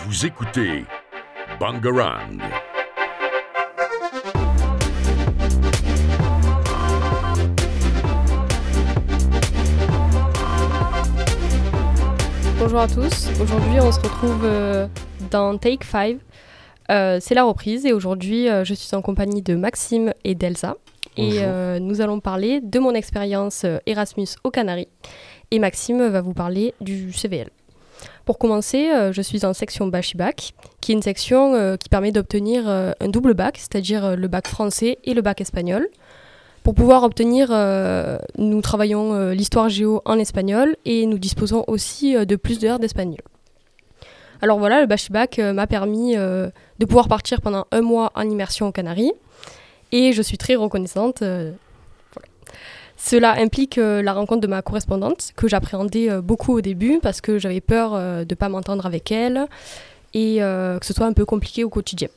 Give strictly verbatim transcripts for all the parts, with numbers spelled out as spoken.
Vous écoutez Bangarang. Bonjour à tous, aujourd'hui on se retrouve euh, dans Take five, euh, c'est la reprise et aujourd'hui euh, je suis en compagnie de Maxime et d'Elsa. Et euh, nous allons parler de mon expérience euh, Erasmus aux Canaries et Maxime va vous parler du C V L. Pour commencer, euh, je suis en section Bachibac, qui est une section euh, qui permet d'obtenir euh, un double bac, c'est-à-dire euh, le bac français et le bac espagnol. Pour pouvoir obtenir, euh, nous travaillons euh, l'histoire géo en espagnol et nous disposons aussi euh, de plus d'heures d'espagnol. Alors voilà, le Bachibac euh, m'a permis euh, de pouvoir partir pendant un mois en immersion aux Canaries et je suis très reconnaissante. Euh, voilà. Cela implique euh, la rencontre de ma correspondante que j'appréhendais euh, beaucoup au début parce que j'avais peur euh, de ne pas m'entendre avec elle et euh, que ce soit un peu compliqué au quotidien.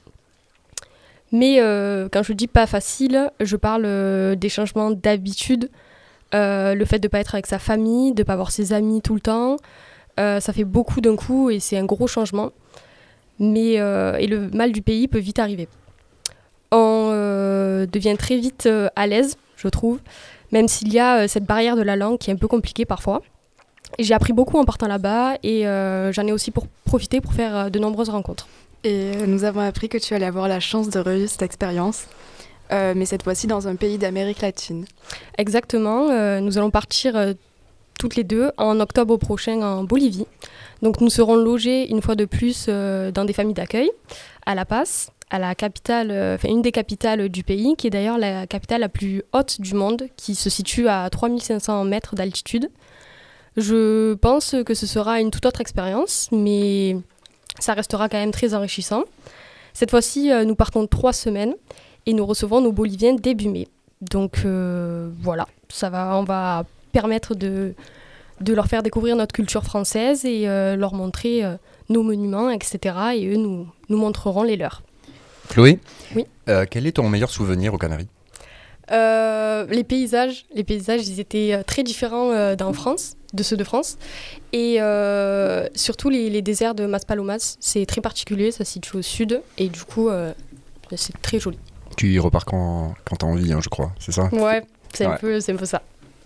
Mais euh, quand je dis pas facile, je parle euh, des changements d'habitude, euh, le fait de ne pas être avec sa famille, de ne pas voir ses amis tout le temps. Euh, ça fait beaucoup d'un coup et c'est un gros changement. Mais, euh, et le mal du pays peut vite arriver. On euh, devient très vite euh, à l'aise, je trouve, même s'il y a euh, cette barrière de la langue qui est un peu compliquée parfois. Et j'ai appris beaucoup en partant là-bas et euh, j'en ai aussi pour profité pour faire euh, de nombreuses rencontres. Et nous avons appris que tu allais avoir la chance de revivre cette expérience, euh, mais cette fois-ci dans un pays d'Amérique latine. Exactement, euh, nous allons partir euh, toutes les deux en octobre prochain en Bolivie. Donc nous serons logés une fois de plus euh, dans des familles d'accueil à La Paz, à la capitale, euh, enfin une des capitales du pays, qui est d'ailleurs la capitale la plus haute du monde, qui se situe à trois mille cinq cents mètres d'altitude. Je pense que ce sera une toute autre expérience, mais ça restera quand même très enrichissant. Cette fois-ci, euh, nous partons trois semaines et nous recevons nos Boliviens début mai. Donc euh, voilà, ça va, on va permettre de, de leur faire découvrir notre culture française et euh, leur montrer euh, nos monuments, et cetera. Et eux nous, nous montreront les leurs. Chloé, oui. euh, quel est ton meilleur souvenir aux Canaries ? Euh, les paysages, les paysages, ils étaient euh, très différents euh, d'en France, de ceux de France, et euh, surtout les, les déserts de Maspalomas, c'est très particulier, ça se situe au sud, et du coup, euh, c'est très joli. Tu y repars quand, quand t'as envie, hein, je crois, c'est ça ? Ouais, c'est, ouais. Un peu, c'est un peu ça.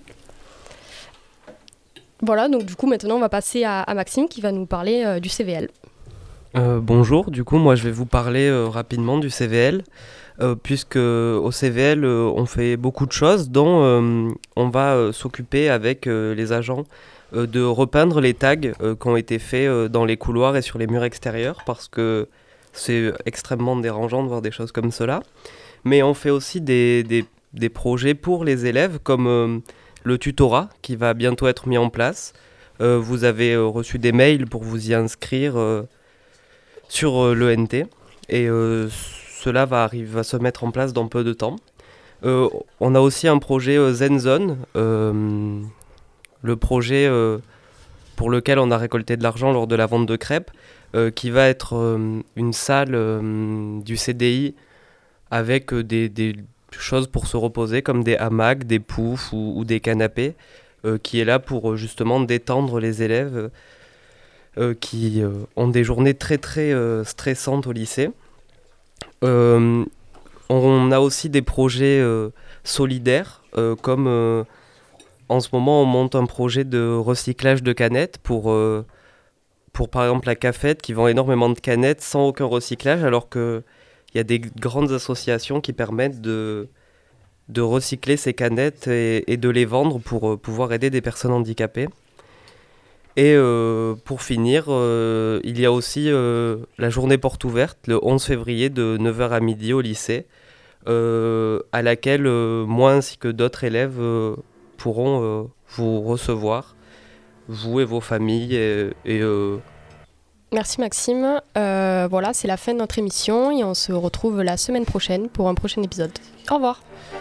Voilà, donc du coup, maintenant, on va passer à, à Maxime qui va nous parler euh, du C V L. Euh, bonjour, du coup, moi, je vais vous parler euh, rapidement du C V L. Euh, puisque au C V L, euh, on fait beaucoup de choses, dont euh, on va euh, s'occuper avec euh, les agents euh, de repeindre les tags euh, qui ont été faits euh, dans les couloirs et sur les murs extérieurs, parce que c'est extrêmement dérangeant de voir des choses comme cela. Mais on fait aussi des, des, des projets pour les élèves, comme euh, le tutorat, qui va bientôt être mis en place. Euh, vous avez euh, reçu des mails pour vous y inscrire euh, sur euh, l'E N T, et euh, cela va, arriver, va se mettre en place dans peu de temps. Euh, on a aussi un projet euh, Zen Zone, euh, le projet euh, pour lequel on a récolté de l'argent lors de la vente de crêpes, euh, qui va être euh, une salle euh, du C D I avec euh, des, des choses pour se reposer, comme des hamacs, des poufs ou, ou des canapés, euh, qui est là pour euh, justement détendre les élèves euh, qui euh, ont des journées très très euh, stressantes au lycée. Euh, on a aussi des projets euh, solidaires, euh, comme euh, en ce moment on monte un projet de recyclage de canettes pour, euh, pour par exemple la Cafette, qui vend énormément de canettes sans aucun recyclage, alors qu'il y a des grandes associations qui permettent de, de recycler ces canettes et, et de les vendre pour euh, pouvoir aider des personnes handicapées. Et euh, pour finir, euh, il y a aussi euh, la journée porte ouverte, le onze février de neuf heures à midi au lycée, euh, à laquelle euh, moi ainsi que d'autres élèves euh, pourront euh, vous recevoir, vous et vos familles. Et, et, euh... Merci Maxime. Euh, voilà, c'est la fin de notre émission et on se retrouve la semaine prochaine pour un prochain épisode. Au revoir.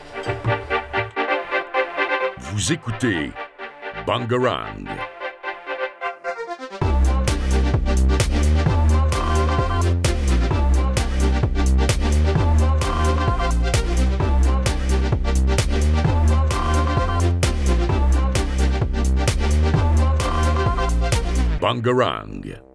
Vous écoutez Bangarang. Bangarang.